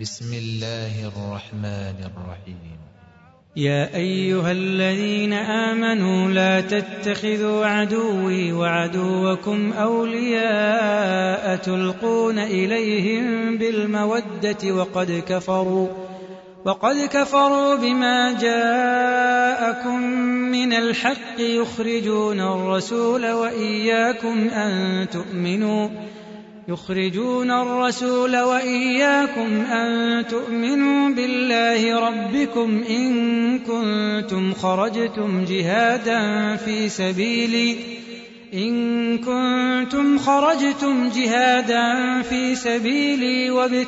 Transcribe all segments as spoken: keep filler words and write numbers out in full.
بسم الله الرحمن الرحيم. يا أيها الذين آمنوا لا تتخذوا عدوي وعدوكم أولياء تلقون إليهم بالمودة وقد كفروا وقد كفروا بما جاءكم من الحق يخرجون الرسول وإياكم أن تؤمنوا يخرجون الرسول وإياكم أن تؤمنوا بالله ربكم إن كنتم خرجتم جهادا في سبيلي إن كنتم خرجتم جهادا في سبيلي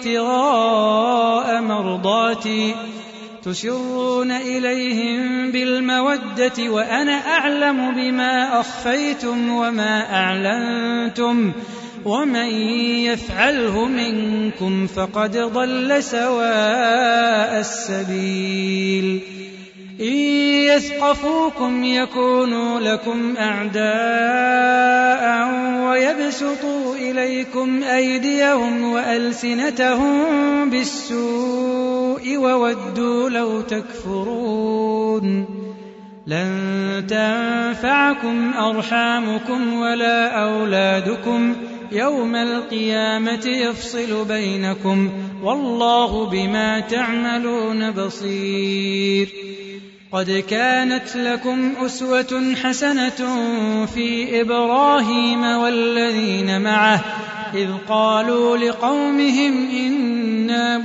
وابتغاء مرضاتي تسرون إليهم بالمودة وأنا أعلم بما أخفيتم وما أعلنتم ومن يفعله منكم فقد ضل سواء السبيل إن يثقفوكم يكونوا لكم أعداء ويبسطوا إليكم أيديهم وألسنتهم بالسوء وودوا لو تكفرون لن تنفعكم أرحامكم ولا أولادكم يوم القيامة يفصل بينكم والله بما تعملون بصير. قد كانت لكم أسوة حسنة في إبراهيم والذين معه إذ قالوا لقومهم إنا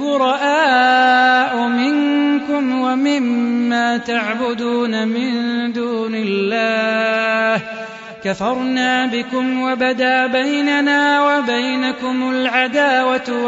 براء منكم ومما تعبدون من دون الله كفرنا بكم وبدا بيننا وبينكم العداوة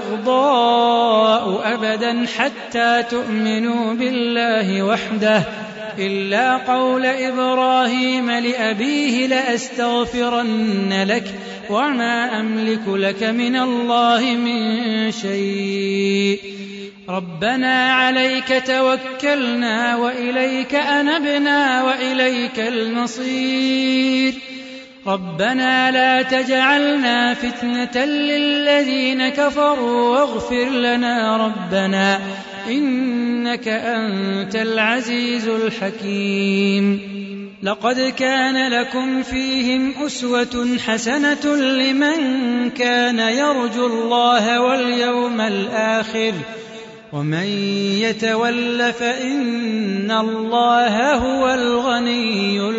والبغضاء أبدا حتى تؤمنوا بالله وحده إلا قول إبراهيم لأبيه لأستغفرن لك وما أملك لك من الله من شيء ربنا عليك توكلنا وإليك أنبنا وإليك المصير ربنا لا تجعلنا فتنة للذين كفروا واغفر لنا ربنا إنك أنت العزيز الحكيم. لقد كان لكم فيهم أسوة حسنة لمن كان يرجو الله واليوم الآخر ومن يتول فإن الله هو الغني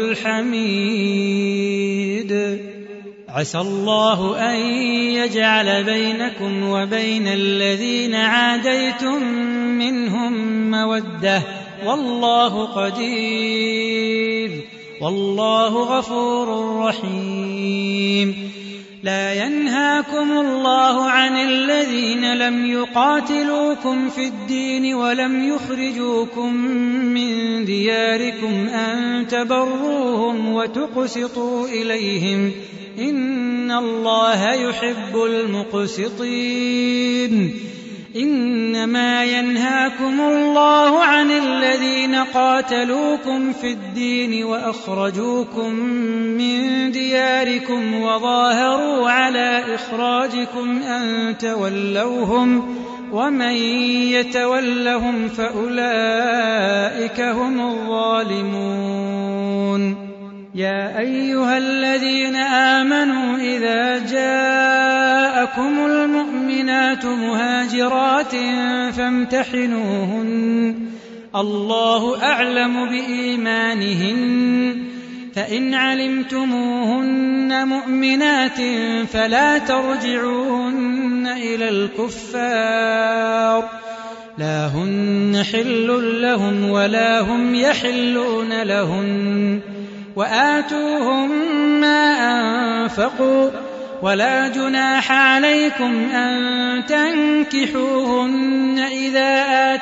الحميد. عسى الله أن يجعل بينكم وبين الذين عاديتم منهم مودة والله قدير والله غفور رحيم. لا ينهاكم الله عن الذين لم يقاتلوكم في الدين ولم يخرجوكم من دياركم أن تبروهم وتقسطوا إليهم إن الله يحب المقسطين. إنما ينهاكم الله عن الذين قاتلوكم في الدين وأخرجوكم من دياركم وظاهروا على إخراجكم أن تولوهم ومن يتولهم فأولئك هم الظالمون. يا أيها الذين آمنوا إذا جاءكم المؤمنات مهاجرات فامتحنوهن الله أعلم بإيمانهن فإن علمتموهن مؤمنات فلا ترجعوهن إلى الكفار لا هن حل لهم ولا هم يحلون لهن وآتوهم ما أنفقوا ولا جناح عليكم أن تنكحوهن إذا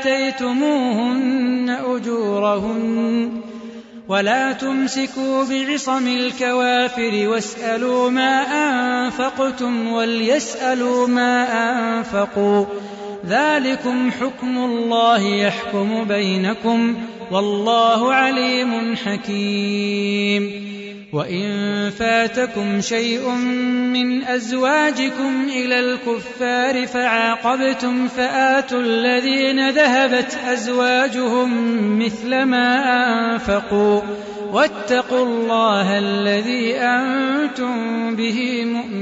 آتيتموهن أجورهن ولا تمسكوا بعصم الكوافر واسألوا ما أنفقتم وليسألوا ما أنفقوا ذلكم حكم الله يحكم بينكم والله عليم حكيم. وإن فاتكم شيء من أزواجكم إلى الكفار فعاقبتم فآتوا الذين ذهبت أزواجهم مثل ما أنفقوا واتقوا الله الذي أنتم به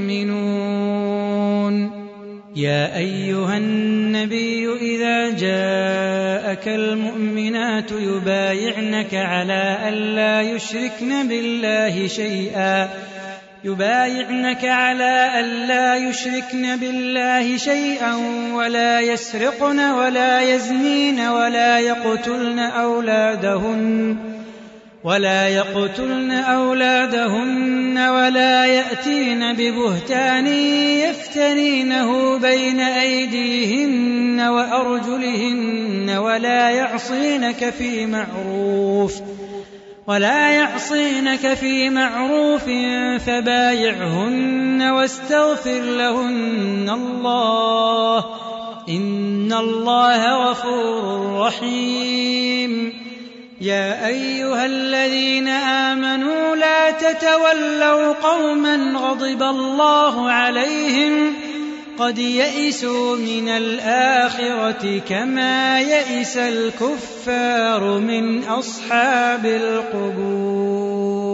مؤمنون. يا أيها النبي إذا جاءك المؤمنات يبايعنك على ألا يشركن بالله شيئا يبايعنك على ألا يشركن بالله شيئا ولا يسرقن ولا يزنين ولا يقتلن أولادهن ولا يقتلن أولادهن ولا يأتين ببهتان يفترينه بين أيديهن وأرجلهن ولا يعصينك في معروف ولا يعصينك في معروف فبايعهن واستغفر لهن الله إن الله غفور رحيم. يا أيها الذين آمنوا لا تتولوا قوما غضب الله عليهم قد يئسوا من الآخرة كما يئس الكفار من أصحاب القبور.